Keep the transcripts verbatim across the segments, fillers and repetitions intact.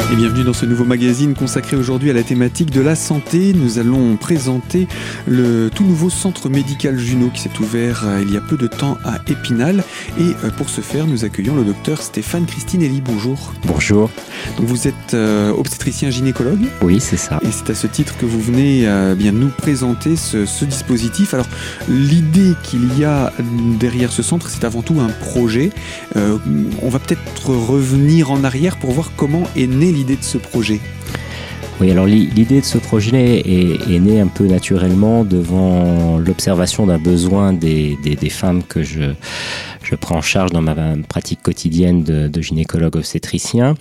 Et bienvenue dans ce nouveau magazine consacré aujourd'hui à la thématique de la santé. Nous allons présenter le tout nouveau centre médical Junod qui s'est ouvert euh, il y a peu de temps à Épinal. Et euh, pour ce faire, nous accueillons le docteur Stéphane Christinelli. Bonjour. Bonjour. Donc vous êtes euh, obstétricien gynécologue. Oui, c'est ça. Et c'est à ce titre que vous venez euh, bien nous présenter ce, ce dispositif. Alors l'idée qu'il y a derrière ce centre, c'est avant tout un projet. Euh, on va peut-être revenir en arrière pour voir comment est née l'idée de ce projet. Oui, alors l'idée de ce projet est, est née un peu naturellement devant l'observation d'un besoin des, des, des femmes que je, je prends en charge dans ma pratique quotidienne de, de gynécologue obstétricien,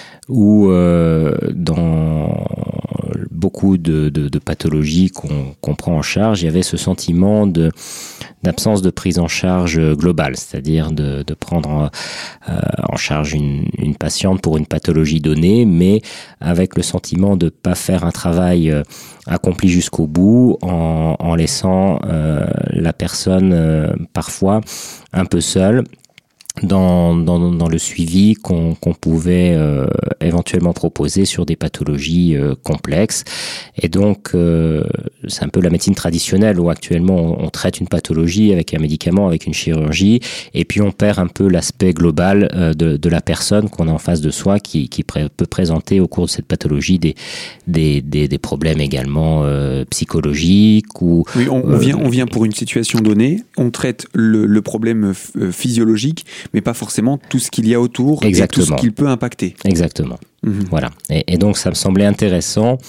où euh, dans beaucoup de, de, de pathologies qu'on, qu'on prend en charge, il y avait ce sentiment de, d'absence de prise en charge globale, c'est-à-dire de, de prendre euh, en charge une, une patiente pour une pathologie donnée, mais avec le sentiment de ne pas faire un travail euh, accompli jusqu'au bout, en, en laissant euh, la personne euh, parfois un peu seule Dans, dans, dans le suivi qu'on, qu'on pouvait euh, éventuellement proposer sur des pathologies euh, complexes. Et donc, euh, c'est un peu la médecine traditionnelle où actuellement on, on traite une pathologie avec un médicament, avec une chirurgie, et puis on perd un peu l'aspect global euh, de, de la personne qu'on a en face de soi qui, qui pré- peut présenter au cours de cette pathologie des, des, des, des problèmes également euh, psychologiques. Ou, oui, on, on, euh, vient, on vient pour une situation donnée, on traite le, le problème f- physiologique, mais pas forcément tout ce qu'il y a autour. Exactement. Et tout ce qu'il peut impacter. Exactement. Mmh. Voilà. Et, et donc, ça me semblait intéressant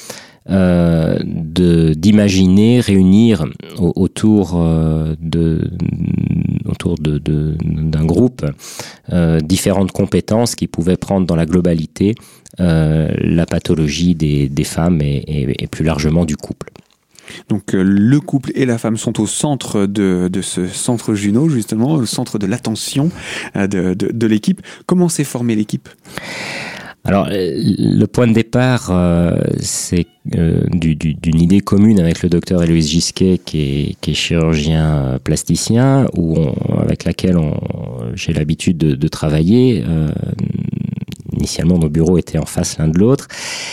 euh, de, d'imaginer, réunir au, autour, euh, de, autour de, de, d'un groupe euh, différentes compétences qui pouvaient prendre dans la globalité euh, la pathologie des, des femmes et, et, et plus largement du couple. Donc euh, le couple et la femme sont au centre de, de ce centre Junod, justement, au centre de l'attention euh, de, de, de l'équipe. Comment s'est formée l'équipe ? Alors, le point de départ, euh, c'est euh, du, du, d'une idée commune avec le docteur Héloïse Gisquet, qui est, qui est chirurgien plasticien, où on, avec laquelle on, j'ai l'habitude de, de travailler. Euh, Initialement, nos bureaux étaient en face l'un de l'autre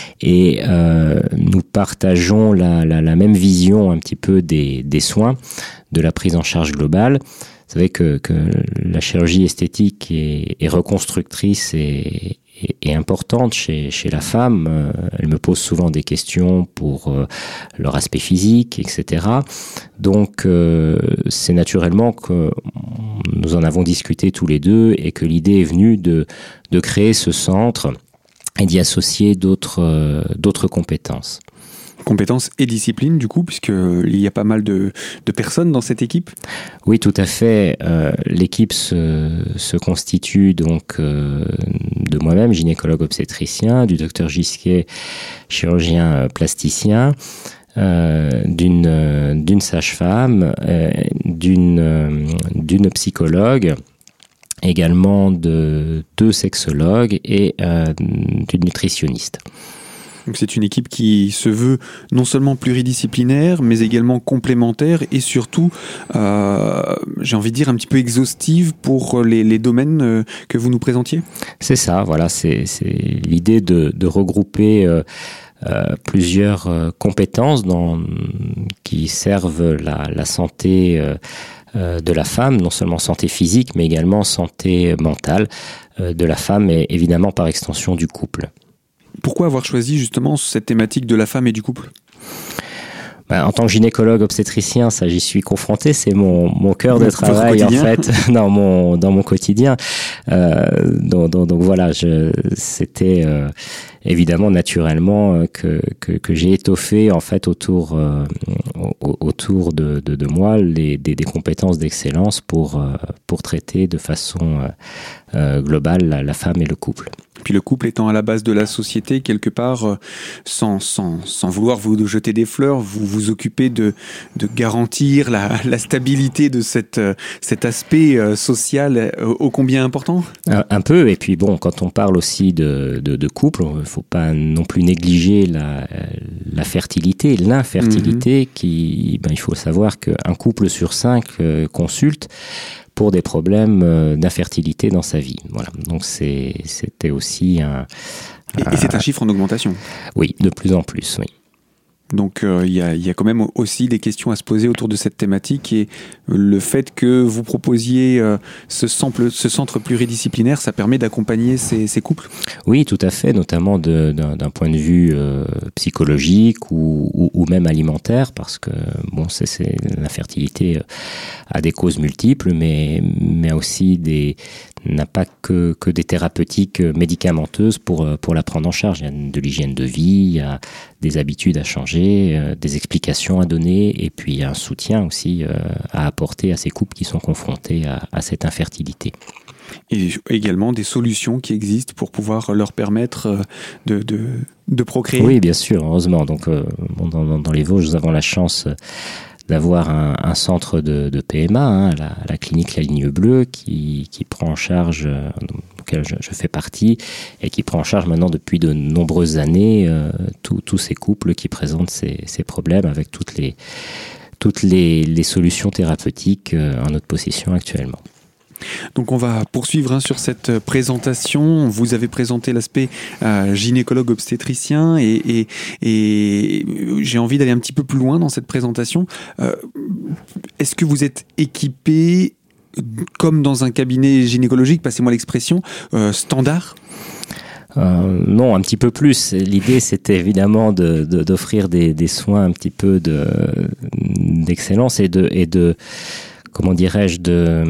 et euh, nous partageons la, la, la même vision un petit peu des, des soins, de la prise en charge globale. Vous savez que, que la chirurgie esthétique est, est reconstructrice et, et, et importante chez, chez la femme. Euh, elle me pose souvent des questions pour euh, leur aspect physique, et cetera. Donc, euh, c'est naturellement que nous en avons discuté tous les deux et que l'idée est venue de, de créer ce centre et d'y associer d'autres, euh, d'autres compétences. Compétences et disciplines, du coup, puisqu'il y a pas mal de, de personnes dans cette équipe. Oui, tout à fait. Euh, l'équipe se, se constitue donc euh, de moi-même, gynécologue obstétricien, du docteur Gisquet, chirurgien plasticien, euh, d'une, euh, d'une sage-femme, euh, d'une, euh, d'une psychologue, également de deux sexologues et euh, d'une nutritionniste. Donc c'est une équipe qui se veut non seulement pluridisciplinaire, mais également complémentaire et surtout, euh, j'ai envie de dire, un petit peu exhaustive pour les, les domaines euh, que vous nous présentiez. C'est ça, voilà, c'est, c'est l'idée de, de regrouper euh, euh, plusieurs euh, compétences dans, qui servent la, la santé euh, euh, de la femme, non seulement santé physique, mais également santé mentale euh, de la femme et évidemment par extension du couple. Pourquoi avoir choisi justement cette thématique de la femme et du couple ? Ben, en tant que gynécologue obstétricien, ça j'y suis confronté, c'est mon mon cœur de travail en fait dans mon dans mon quotidien. Euh, donc, donc, donc voilà, je, c'était euh, évidemment naturellement que que que j'ai étoffé en fait autour euh, autour de, de de moi les des, des compétences d'excellence pour euh, pour traiter de façon euh, euh, globale la, la femme et le couple. Puis le couple étant à la base de la société, quelque part, euh, sans, sans, sans vouloir vous jeter des fleurs, vous vous occupez de, de garantir la, la stabilité de cette, euh, cet aspect euh, social euh, ô combien important ? Un, un peu, et puis bon, quand on parle aussi de, de, de couple, il ne faut pas non plus négliger la, la fertilité, l'infertilité, mmh. qui, ben, il faut savoir qu'un couple sur cinq euh, consulte pour des problèmes d'infertilité dans sa vie. Voilà. Donc c'est, c'était aussi un, Et, et c'est un chiffre en augmentation. Oui, de plus en plus, oui. Donc il euh, y, a, y a quand même aussi des questions à se poser autour de cette thématique, et le fait que vous proposiez euh, ce, centre, ce centre pluridisciplinaire, ça permet d'accompagner ces, ces couples? Oui, tout à fait, notamment de, d'un, d'un point de vue euh, psychologique ou, ou, ou même alimentaire, parce que bon, c'est, c'est, la fertilité a des causes multiples, mais, mais aussi des, n'a pas que, que des thérapeutiques médicamenteuses pour, pour la prendre en charge. Il y a de l'hygiène de vie, il y a des habitudes à changer, euh, des explications à donner, et puis un soutien aussi euh, à apporter à ces couples qui sont confrontés à, à cette infertilité. Et également des solutions qui existent pour pouvoir leur permettre de, de, de procréer. Oui, bien sûr, heureusement. Donc, euh, bon, dans, dans les Vosges, nous avons la chance d'avoir un, un centre de, de P M A, hein, la, la clinique La Ligne Bleue, qui, qui prend en charge, euh, auquel je, je fais partie, et qui prend en charge maintenant depuis de nombreuses années euh, tous ces couples qui présentent ces, ces problèmes, avec toutes les, toutes les, les solutions thérapeutiques euh, en notre possession actuellement. Donc on va poursuivre hein, sur cette présentation. Vous avez présenté l'aspect euh, gynécologue obstétricien, et, et, et j'ai envie d'aller un petit peu plus loin dans cette présentation. Euh, est-ce que vous êtes équipé comme dans un cabinet gynécologique, passez-moi l'expression, euh, standard ? Euh, non, un petit peu plus. L'idée, c'était évidemment de, de, d'offrir des, des soins un petit peu de, d'excellence et de, et de comment dirais-je, de,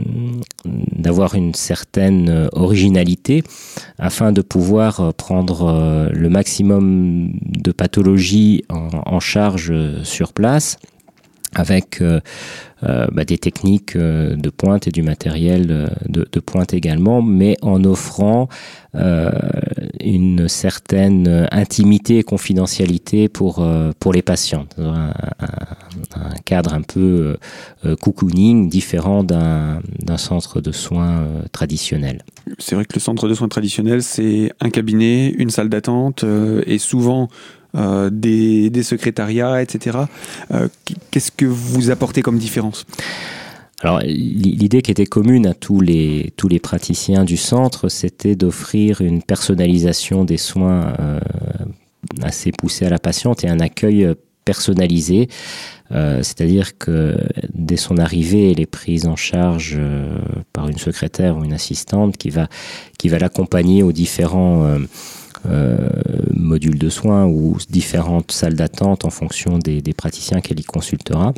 d'avoir une certaine originalité afin de pouvoir prendre le maximum de pathologies en, en charge sur place, avec euh, euh, bah, des techniques euh, de pointe et du matériel de, de pointe également, mais en offrant euh, une certaine intimité et confidentialité pour, euh, pour les patients. Un, un, un cadre un peu euh, cocooning, différent d'un, d'un centre de soins euh, traditionnel. C'est vrai que le centre de soins traditionnel, c'est un cabinet, une salle d'attente, euh, et souvent Euh, des, des secrétariats, et cetera. Euh, qu'est-ce que vous apportez comme différence ? Alors, l'idée qui était commune à tous les, tous les praticiens du centre, c'était d'offrir une personnalisation des soins euh, assez poussée à la patiente et un accueil personnalisé. Euh, c'est-à-dire que dès son arrivée, elle est prise en charge euh, par une secrétaire ou une assistante qui va, qui va l'accompagner aux différents euh, Euh, modules de soins ou différentes salles d'attente en fonction des, des praticiens qu'elle y consultera,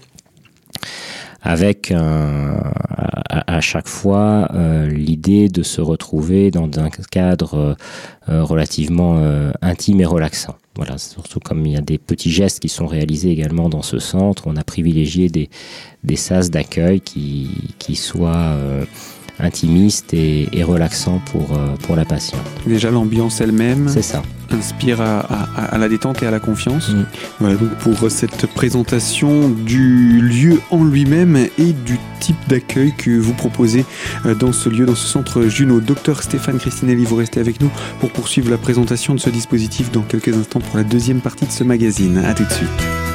avec un, à, à chaque fois euh, l'idée de se retrouver dans un cadre euh, relativement euh, intime et relaxant. Voilà, surtout comme il y a des petits gestes qui sont réalisés également dans ce centre, on a privilégié des, des sas d'accueil qui, qui soient euh, intimiste et, et relaxant pour, euh, pour la patiente. Déjà l'ambiance elle-même c'est ça. inspire à, à, à la détente et à la confiance. Mmh. Voilà donc pour cette présentation du lieu en lui-même et du type d'accueil que vous proposez dans ce lieu, dans ce centre Junod. Docteur Stéphane Cristinelli, vous restez avec nous pour poursuivre la présentation de ce dispositif dans quelques instants pour la deuxième partie de ce magazine. À tout de suite.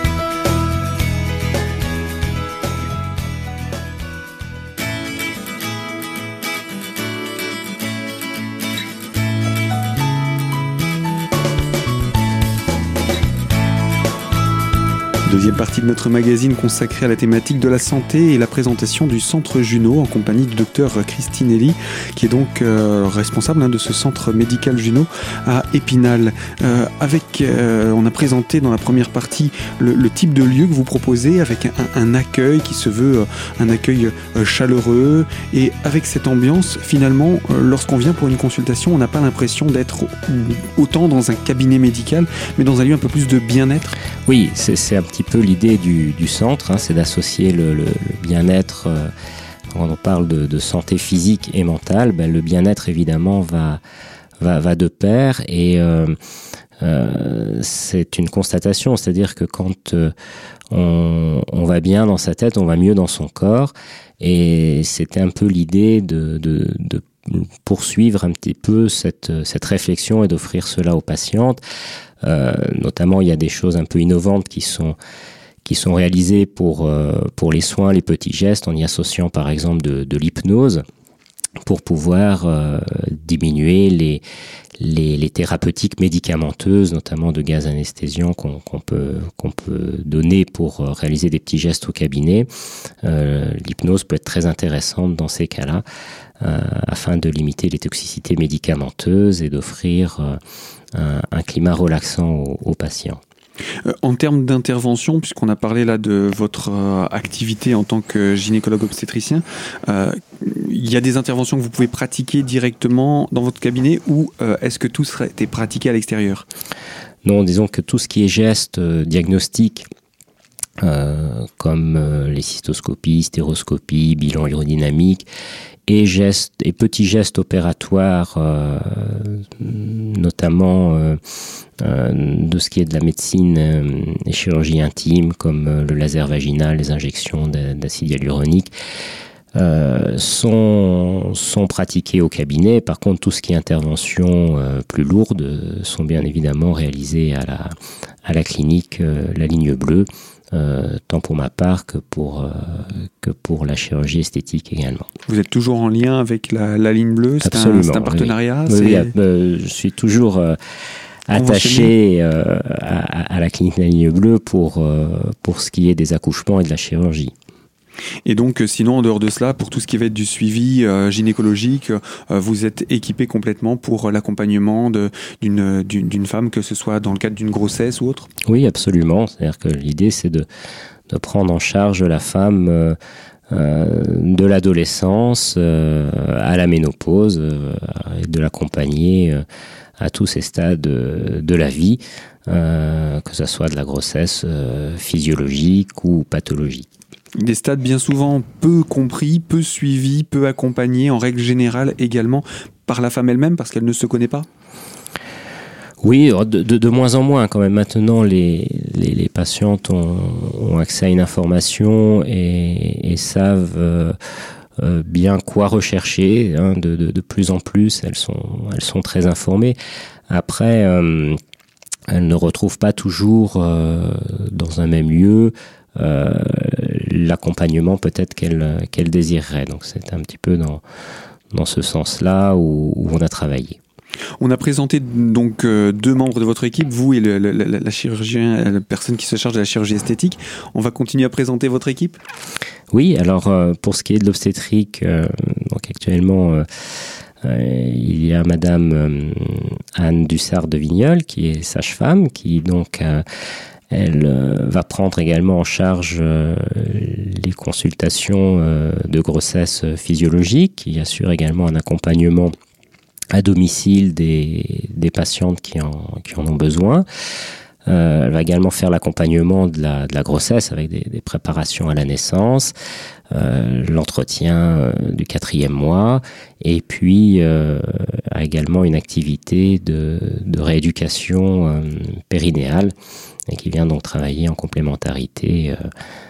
Deuxième partie de notre magazine consacrée à la thématique de la santé et la présentation du centre Junod en compagnie du docteur Cristinelli, qui est donc euh, responsable hein, de ce centre médical Junod à Épinal. Euh, avec, euh, on a présenté dans la première partie le, le type de lieu que vous proposez, avec un, un accueil qui se veut euh, un accueil euh, chaleureux, et avec cette ambiance, finalement, euh, lorsqu'on vient pour une consultation, on n'a pas l'impression d'être autant dans un cabinet médical, mais dans un lieu un peu plus de bien-être. Oui, c'est, c'est un petit peu l'idée du, du centre, hein, c'est d'associer le, le, le bien-être. Euh, quand on parle de, de santé physique et mentale, ben, le bien-être évidemment va, va, va de pair, et euh, euh, c'est une constatation, c'est-à-dire que quand euh, on, on va bien dans sa tête, on va mieux dans son corps, et c'était un peu l'idée de, de, de poursuivre un petit peu cette, cette réflexion et d'offrir cela aux patientes. Euh, notamment, il y a des choses un peu innovantes qui sont qui sont réalisées pour euh, pour les soins, les petits gestes, en y associant par exemple de, de l'hypnose, pour pouvoir euh, diminuer les, les, les thérapeutiques médicamenteuses, notamment de gaz anesthésiant qu'on, qu'on, peut, qu'on peut donner pour réaliser des petits gestes au cabinet. Euh, l'hypnose peut être très intéressante dans ces cas-là, euh, afin de limiter les toxicités médicamenteuses et d'offrir euh, un, un climat relaxant aux, aux patients. Euh, en termes d'intervention, puisqu'on a parlé là de votre euh, activité en tant que gynécologue obstétricien, euh, il y a des interventions que vous pouvez pratiquer directement dans votre cabinet ou euh, est-ce que tout serait été pratiqué à l'extérieur ? Non, disons que tout ce qui est gestes euh, diagnostiques, euh, comme euh, les cystoscopies, stéroscopies, bilan urodynamique, et gestes et petits gestes opératoires, euh, notamment euh, euh, de ce qui est de la médecine euh, et chirurgie intime, comme euh, le laser vaginal, les injections d'acide hyaluronique, euh, sont sont pratiqués au cabinet. Par contre, tout ce qui est intervention euh, plus lourde sont bien évidemment réalisées à la à la clinique euh, La Ligne Bleue. Euh, tant pour ma part que pour, euh, que pour la chirurgie esthétique également. Vous êtes toujours en lien avec la, la Ligne Bleue ? C'est Absolument. Un, c'est un partenariat ? Oui, c'est... oui, euh, je suis toujours euh, attaché euh, à, à la clinique La Ligne Bleue pour, euh, pour ce qui est des accouchements et de la chirurgie. Et donc, sinon, en dehors de cela, pour tout ce qui va être du suivi euh, gynécologique, euh, vous êtes équipé complètement pour l'accompagnement de, d'une, d'une, d'une femme, que ce soit dans le cadre d'une grossesse ou autre ? Oui, absolument. C'est-à-dire que l'idée, c'est de, de prendre en charge la femme euh, euh, de l'adolescence euh, à la ménopause euh, et de l'accompagner euh, à tous ces stades de, de la vie, euh, que ce soit de la grossesse euh, physiologique ou pathologique. Des stades bien souvent peu compris, peu suivis, peu accompagnés, en règle générale également par la femme elle-même parce qu'elle ne se connaît pas ? Oui, de, de, de moins en moins quand même. Maintenant, les, les, les patientes ont, ont accès à une information et, et savent euh, euh, bien quoi rechercher. Hein, de, de, de plus en plus, elles sont, elles sont très informées. Après, euh, elles ne retrouvent pas toujours euh, dans un même lieu Euh, l'accompagnement peut-être qu'elle qu'elle désirerait. Donc c'est un petit peu dans dans ce sens-là où, où on a travaillé. On a présenté donc euh, deux membres de votre équipe, vous et le, le, la, la chirurgien, la personne qui se charge de la chirurgie esthétique. On va continuer à présenter votre équipe ? Oui, alors euh, pour ce qui est de l'obstétrique, euh, donc actuellement euh, euh, il y a Madame euh, Anne Dussard de Vigneul qui est sage-femme, qui donc euh, Elle euh, va prendre également en charge euh, les consultations euh, de grossesse physiologique, qui assure également un accompagnement à domicile des, des patientes qui en, qui en ont besoin. Euh, elle va également faire l'accompagnement de la, de la grossesse avec des, des préparations à la naissance, euh, l'entretien euh, du quatrième mois, et puis euh, a également une activité de, de rééducation euh, périnéale, et qui vient donc travailler en complémentarité, euh,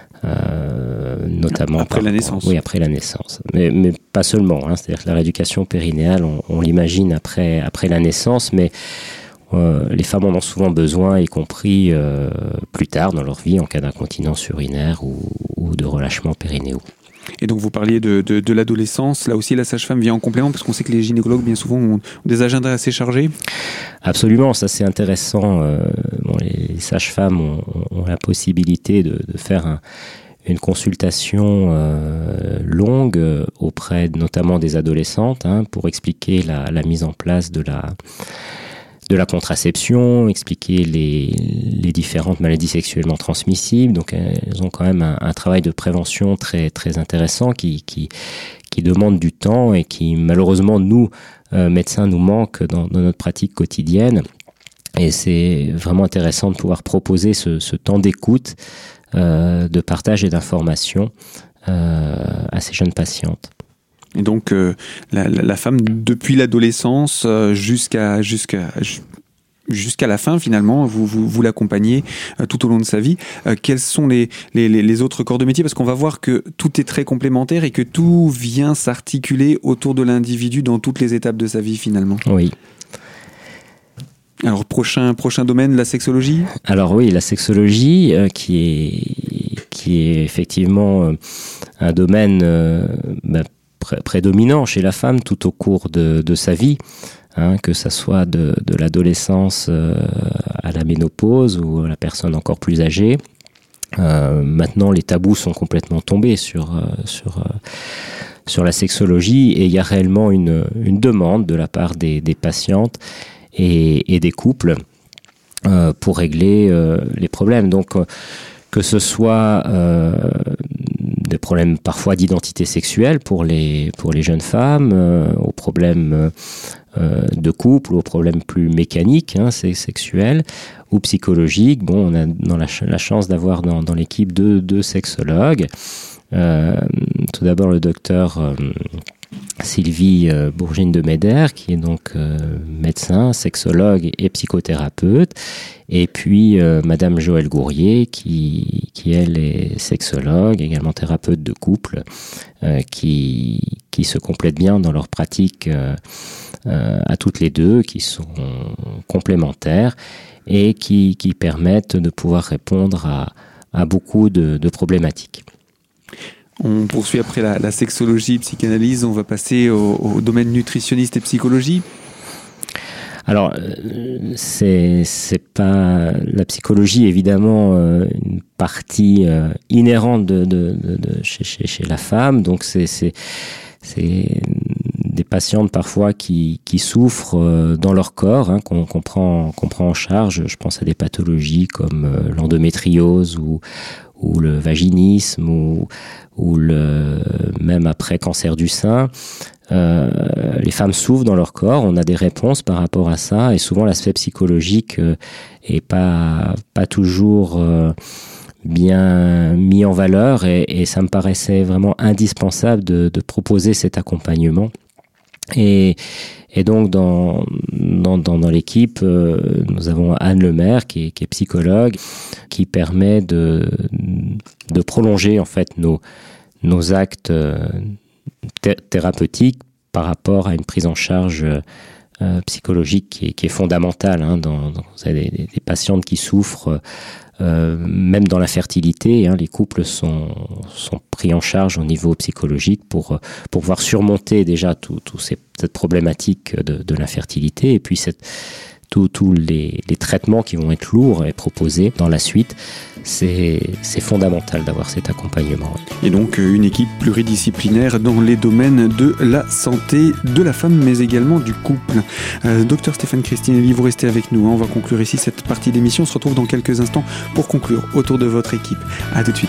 euh, notamment après par, la naissance. Oui, après la naissance, mais, mais pas seulement. Hein, c'est-à-dire que la rééducation périnéale, on, on l'imagine après après la naissance, mais euh, les femmes en ont souvent besoin, y compris euh, plus tard dans leur vie, en cas d'incontinence urinaire ou, ou de relâchement périnéaux. Et donc vous parliez de, de, de l'adolescence, là aussi la sage-femme vient en complément parce qu'on sait que les gynécologues bien souvent ont des agendas assez chargés. Absolument, ça c'est intéressant. Euh, bon, les sages-femmes ont, ont la possibilité de, de faire un, une consultation euh, longue auprès notamment des adolescentes, hein, pour expliquer la, la mise en place de la de la contraception, expliquer les, les différentes maladies sexuellement transmissibles. Donc elles ont quand même un, un travail de prévention très très intéressant qui qui qui demande du temps et qui malheureusement nous euh, médecins nous manque dans, dans notre pratique quotidienne. Et c'est vraiment intéressant de pouvoir proposer ce, ce temps d'écoute, euh, de partage et d'information euh, à ces jeunes patientes. Et donc, euh, la, la, la femme, depuis l'adolescence euh, jusqu'à, jusqu'à, jusqu'à la fin, finalement, vous, vous, vous l'accompagnez euh, tout au long de sa vie. Euh, quels sont les, les, les autres corps de métier ? Parce qu'on va voir que tout est très complémentaire et que tout vient s'articuler autour de l'individu dans toutes les étapes de sa vie, finalement. Oui. Alors, prochain, prochain domaine, la sexologie ? Alors oui, la sexologie, euh, qui est, qui est effectivement euh, un domaine... Euh, bah, pr- prédominant chez la femme tout au cours de, de sa vie, hein, que ça soit de, de l'adolescence euh, à la ménopause ou à la personne encore plus âgée. Euh, maintenant, les tabous sont complètement tombés sur, euh, sur, euh, sur la sexologie, et il y a réellement une, une demande de la part des, des patientes et, et des couples euh, pour régler euh, les problèmes. Donc, euh, que ce soit euh, des problèmes parfois d'identité sexuelle pour les, pour les jeunes femmes, euh, aux problèmes euh, de couple, aux problèmes plus mécaniques, hein, sexuels, ou psychologiques. Bon, on a dans la, ch- la chance d'avoir dans, dans l'équipe deux, deux sexologues. Euh, tout d'abord le docteur euh, Sylvie euh, Bourgine de Médère, qui est donc euh, médecin, sexologue et psychothérapeute, et puis euh, Madame Joëlle Gourrier, qui, qui elle est sexologue, également thérapeute de couple, euh, qui, qui se complètent bien dans leur pratique euh, euh, à toutes les deux, qui sont complémentaires et qui, qui permettent de pouvoir répondre à, à beaucoup de, de problématiques. On poursuit après la, la sexologie, psychanalyse, on va passer au, au domaine nutritionniste et psychologie. Alors, c'est, c'est pas la psychologie, évidemment, euh, une partie euh, inhérente de, de, de, de chez, chez, chez la femme. Donc, c'est, c'est, c'est des patientes parfois qui, qui souffrent euh, dans leur corps, hein, qu'on, qu'on, prend, qu'on prend en charge. Je pense à des pathologies comme euh, l'endométriose ou, ou le vaginisme ou, ou le, même après cancer du sein. Euh, les femmes souffrent dans leur corps, on a des réponses par rapport à ça, et souvent l'aspect psychologique euh, est pas pas toujours euh, bien mis en valeur, et, et ça me paraissait vraiment indispensable de, de proposer cet accompagnement. Et, et donc dans dans dans, dans l'équipe, euh, nous avons Anne Lemaire qui est, qui est psychologue, qui permet de de prolonger en fait nos nos actes euh, thérapeutique par rapport à une prise en charge euh, psychologique qui est, qui est fondamentale. Hein, dans, dans, vous avez des, des patientes qui souffrent, euh, même dans l'infertilité, hein, les couples sont, sont pris en charge au niveau psychologique pour, pour pouvoir surmonter déjà tout, tout ces, cette problématique de, de l'infertilité, et puis cette tous tous les, les traitements qui vont être lourds et proposés dans la suite. C'est, c'est fondamental d'avoir cet accompagnement. Et donc une équipe pluridisciplinaire dans les domaines de la santé de la femme, mais également du couple. Euh, Docteur Stéphane Cristinelli, vous restez avec nous, hein. On va conclure ici cette partie d'émission. On se retrouve dans quelques instants pour conclure autour de votre équipe. À tout de suite.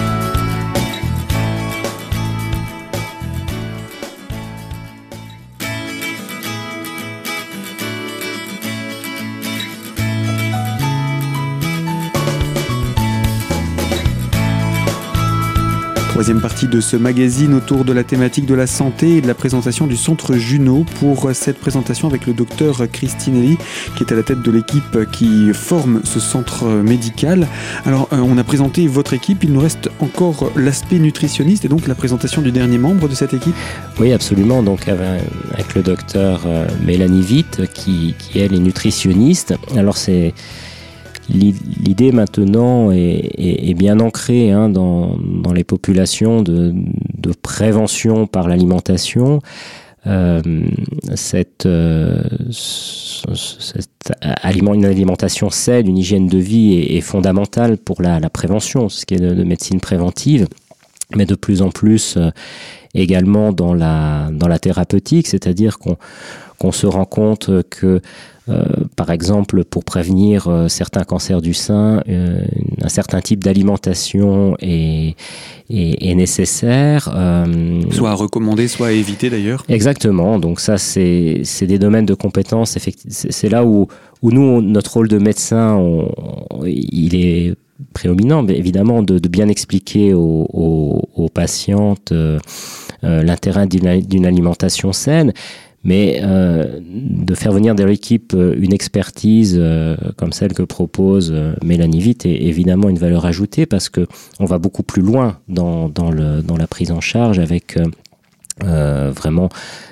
Troisième partie de ce magazine autour de la thématique de la santé et de la présentation du centre Junot. Pour cette présentation avec le docteur Cristinelli, qui est à la tête de l'équipe qui forme ce centre médical. Alors, euh, on a présenté votre équipe, il nous reste encore l'aspect nutritionniste et donc la présentation du dernier membre de cette équipe. Oui, absolument. Donc, avec le docteur Mélanie Witt, qui, qui elle est nutritionniste. Alors, c'est... L'idée maintenant est, est, est bien ancrée, hein, dans, dans les populations de, de prévention par l'alimentation. Euh, cette, euh, cette aliment, une alimentation saine, une hygiène de vie est, est fondamentale pour la, la prévention, ce qui est de, de médecine préventive, mais de plus en plus euh, également dans la, dans la thérapeutique, c'est-à-dire qu'on, qu'on se rend compte que Euh, par exemple, pour prévenir euh, certains cancers du sein, euh, un certain type d'alimentation est, est, est nécessaire. Euh, soit à recommander, soit à éviter d'ailleurs. Exactement. Donc ça, c'est, c'est des domaines de compétences. C'est, c'est là où, où nous, on, notre rôle de médecin, on, il est prédominant, mais évidemment, de, de bien expliquer aux, aux, aux patientes euh, euh, l'intérêt d'une, d'une alimentation saine. Mais euh, de faire venir dans l'équipe une expertise euh, comme celle que propose euh, Mélanie Witt est évidemment une valeur ajoutée, parce que on va beaucoup plus loin dans, dans, le, dans la prise en charge avec euh, euh, vraiment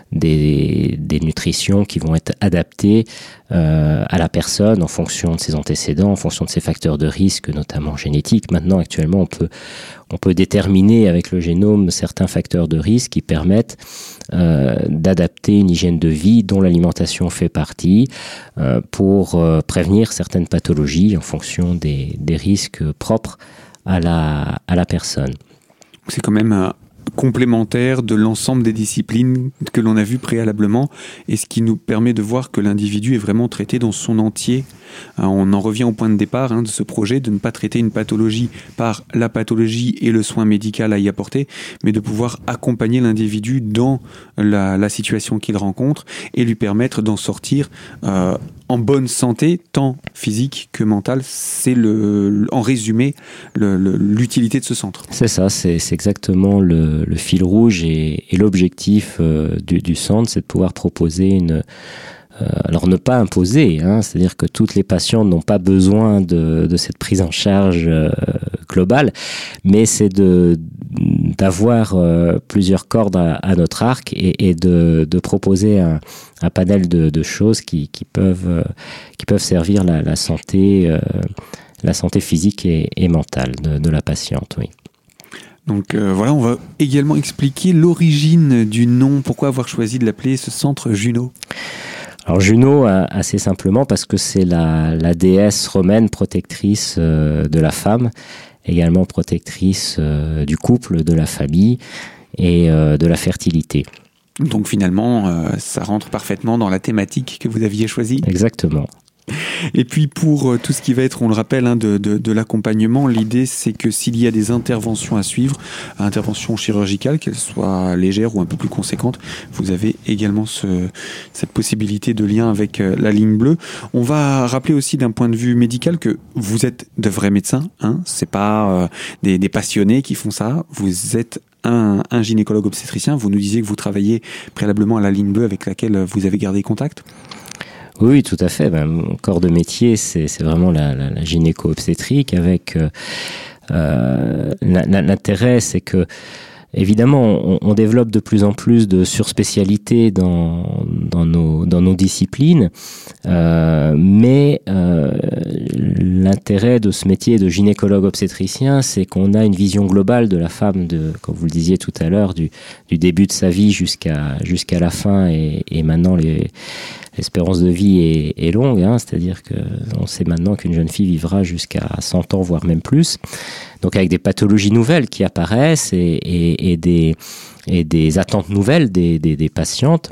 des, des nutritions qui vont être adaptées euh, à la personne en fonction de ses antécédents, en fonction de ses facteurs de risque, notamment génétiques. Maintenant, actuellement, on peut, on peut déterminer avec le génome certains facteurs de risque qui permettent euh, d'adapter une hygiène de vie dont l'alimentation fait partie euh, pour euh, prévenir certaines pathologies en fonction des, des risques propres à la, à la personne. C'est quand même un complémentaire de l'ensemble des disciplines que l'on a vues préalablement, et ce qui nous permet de voir que l'individu est vraiment traité dans son entier. On en revient au point de départ hein, de ce projet, de ne pas traiter une pathologie par la pathologie et le soin médical à y apporter, mais de pouvoir accompagner l'individu dans la, la situation qu'il rencontre et lui permettre d'en sortir euh, en bonne santé, tant physique que mentale. C'est le, en résumé le, le, l'utilité de ce centre. C'est ça, c'est, c'est exactement le, le fil rouge et, et l'objectif euh, du, du centre, c'est de pouvoir proposer une... Euh, alors ne pas imposer, hein, c'est-à-dire que toutes les patientes n'ont pas besoin de, de cette prise en charge euh, globale, mais c'est de d'avoir euh, plusieurs cordes à, à notre arc et, et de, de proposer un, un panel de, de choses qui, qui peuvent euh, qui peuvent servir la, la santé euh, la santé physique et, et mentale de, de la patiente, oui. Donc euh, voilà, on va également expliquer l'origine du nom. Pourquoi avoir choisi de l'appeler ce centre Juno ? Alors Juno, assez simplement parce que c'est la, la déesse romaine protectrice euh, de la femme, également protectrice euh, du couple, de la famille et euh, de la fertilité. Donc finalement, euh, ça rentre parfaitement dans la thématique que vous aviez choisie. Exactement. Et puis pour euh, tout ce qui va être, on le rappelle, hein, de, de, de l'accompagnement, l'idée c'est que s'il y a des interventions à suivre, interventions chirurgicales, qu'elles soient légères ou un peu plus conséquentes, vous avez également ce, cette possibilité de lien avec euh, la ligne bleue. On va rappeler aussi d'un point de vue médical que vous êtes de vrais médecins, hein, c'est pas euh, des, des passionnés qui font ça, vous êtes un, un gynécologue obstétricien. Vous nous disiez que vous travaillez préalablement à la ligne bleue avec laquelle vous avez gardé contact. Oui, tout à fait. Ben, mon corps de métier, c'est, c'est vraiment la, la, la gynéco-obstétrique avec euh, euh, l'intérêt, c'est que évidemment, on, on développe de plus en plus de surspécialités dans, dans, nos, dans nos disciplines, euh, mais euh, l'intérêt de ce métier de gynécologue obstétricien, c'est qu'on a une vision globale de la femme, de, comme vous le disiez tout à l'heure, du, du début de sa vie jusqu'à, jusqu'à la fin, et, et maintenant les... L'espérance de vie est, est longue, hein, c'est-à-dire qu'on sait maintenant qu'une jeune fille vivra jusqu'à cent ans, voire même plus. Donc avec des pathologies nouvelles qui apparaissent et, et, et, des, et des attentes nouvelles des, des, des patientes.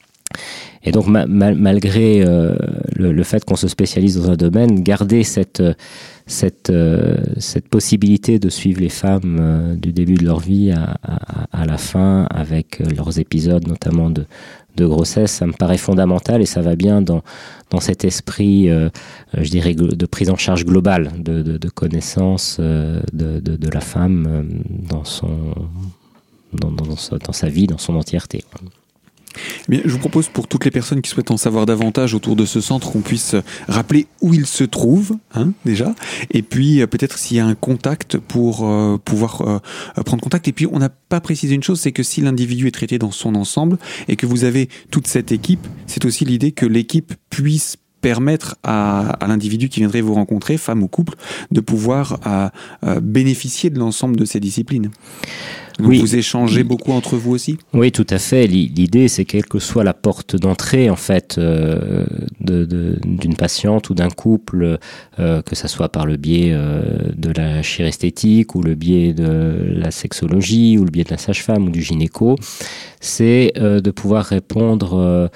Et donc ma, ma, malgré euh, le, le fait qu'on se spécialise dans un domaine, garder cette, cette, euh, cette possibilité de suivre les femmes euh, du début de leur vie à, à, à la fin, avec leurs épisodes notamment de de grossesse, ça me paraît fondamental et ça va bien dans, dans cet esprit, euh, je dirais, de prise en charge globale, de, de, de connaissance euh, de, de, de la femme euh, dans, son, dans, dans, dans sa vie, dans son entièreté. Eh bien, je vous propose, pour toutes les personnes qui souhaitent en savoir davantage autour de ce centre, qu'on puisse rappeler où il se trouve, hein, déjà, et puis euh, peut-être s'il y a un contact pour euh, pouvoir euh, prendre contact. Et puis on n'a pas précisé une chose, c'est que si l'individu est traité dans son ensemble et que vous avez toute cette équipe, c'est aussi l'idée que l'équipe puisse permettre à, à l'individu qui viendrait vous rencontrer, femme ou couple, de pouvoir euh, euh, bénéficier de l'ensemble de ces disciplines. Donc oui. Vous échangez beaucoup entre vous aussi ? Oui, tout à fait. L'idée, c'est quelle que soit la porte d'entrée, en fait, euh, de, de, d'une patiente ou d'un couple, euh, que ça soit par le biais euh, de la chiresthétique ou le biais de la sexologie ou le biais de la sage-femme ou du gynéco, c'est euh, de pouvoir répondre euh,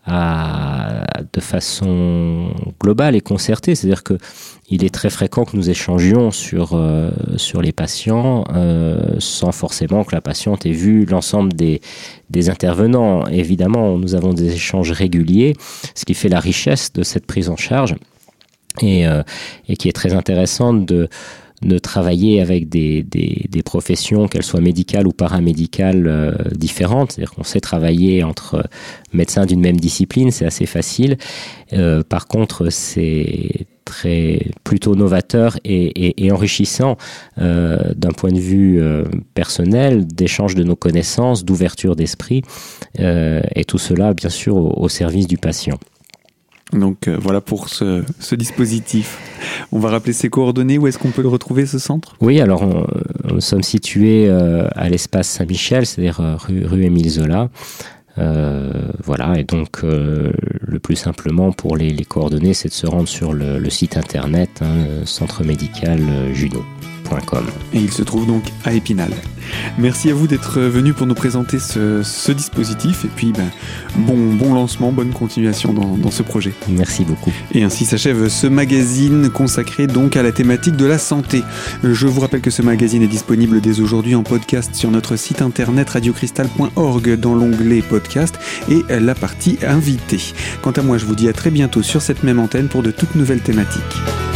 à, de façon globale et concertée. C'est-à-dire que il est très fréquent que nous échangions sur, euh, sur les patients euh, sans forcément que la patiente ait vu l'ensemble des, des intervenants. Évidemment, nous avons des échanges réguliers, ce qui fait la richesse de cette prise en charge et, euh, et qui est très intéressante de, de travailler avec des, des, des professions, qu'elles soient médicales ou paramédicales, euh, différentes. C'est-à-dire qu'on sait travailler entre médecins d'une même discipline, c'est assez facile. Euh, par contre, c'est très plutôt novateur et, et, et enrichissant euh, d'un point de vue euh, personnel, d'échange de nos connaissances, d'ouverture d'esprit, euh, et tout cela bien sûr au, au service du patient. Donc euh, voilà pour ce, ce dispositif. On va rappeler ses coordonnées. Où est-ce qu'on peut le retrouver, ce centre ? Oui, alors on, nous sommes situés euh, à l'espace Saint-Michel, c'est-à-dire euh, rue, rue Émile Zola. Euh, voilà, et donc euh, le plus simplement pour les, les coordonnées, c'est de se rendre sur le, le site internet, hein, centre médical juno point com. Et il se trouve donc à Épinal. Merci à vous d'être venu pour nous présenter ce, ce dispositif, et puis ben, bon, bon lancement, bonne continuation dans, dans ce projet. Merci beaucoup. Et ainsi s'achève ce magazine consacré donc à la thématique de la santé. Je vous rappelle que ce magazine est disponible dès aujourd'hui en podcast sur notre site internet radio cristal point org dans l'onglet podcast et la partie invité. Quant à moi, je vous dis à très bientôt sur cette même antenne pour de toutes nouvelles thématiques.